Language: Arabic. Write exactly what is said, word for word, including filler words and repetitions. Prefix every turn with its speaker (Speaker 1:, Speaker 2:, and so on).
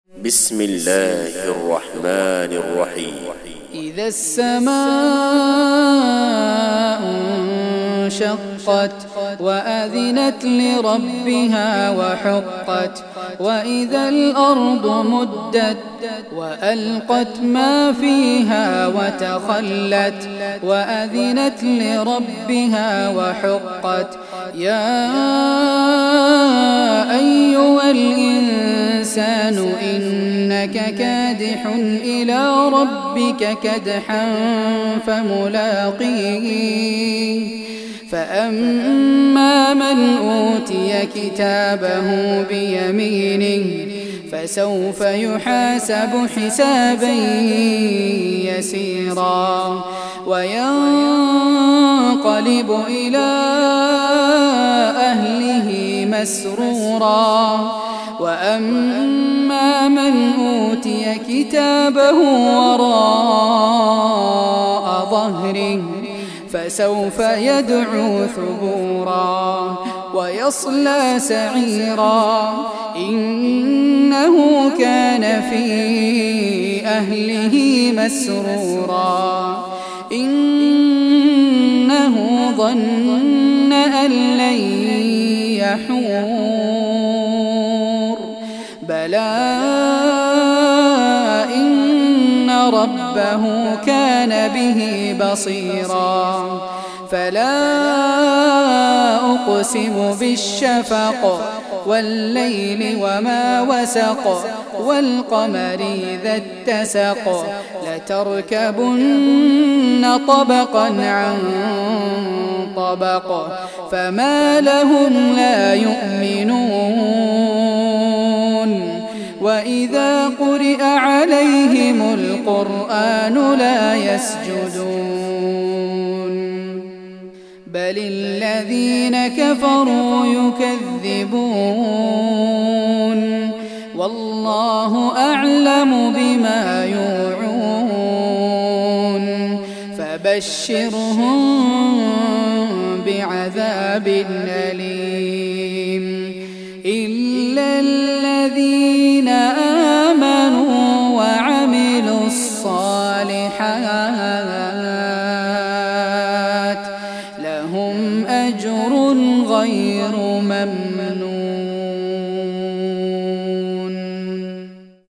Speaker 1: بسم الله الرحمن الرحيم.
Speaker 2: إذا السماء انشقت وأذنت لربها وحقت وإذا الأرض مدت وألقت ما فيها وتخلت وأذنت لربها وحقت يا أيها الإنسان إنك كادح إلى ربك كدحا فملاقيه فأما من أوتي كتابه بيمينه فسوف يحاسب حسابا يسيرا وينقلب إلى أهله مسرورا وأما من أوتي كتابه وراء ظهره فسوف يدعو ثبورا ويصلى سعيرا إنه كان في أهله مسرورا إنه ظن أن لن يحور بلى إن ربه كان به بصيرا فلا أقسم بالشفق والليل وما وسق والقمر إذا اتسق لتركبن طبقا عن طبق فما لهم لا يؤمنون وإذا قرئ عليهم القرآن لا يسجدون بل الذين كفروا يكذبون والله أعلم بما يوعون فبشرهم بعذاب أليم إلا الذين آمنوا وعملوا الصالحات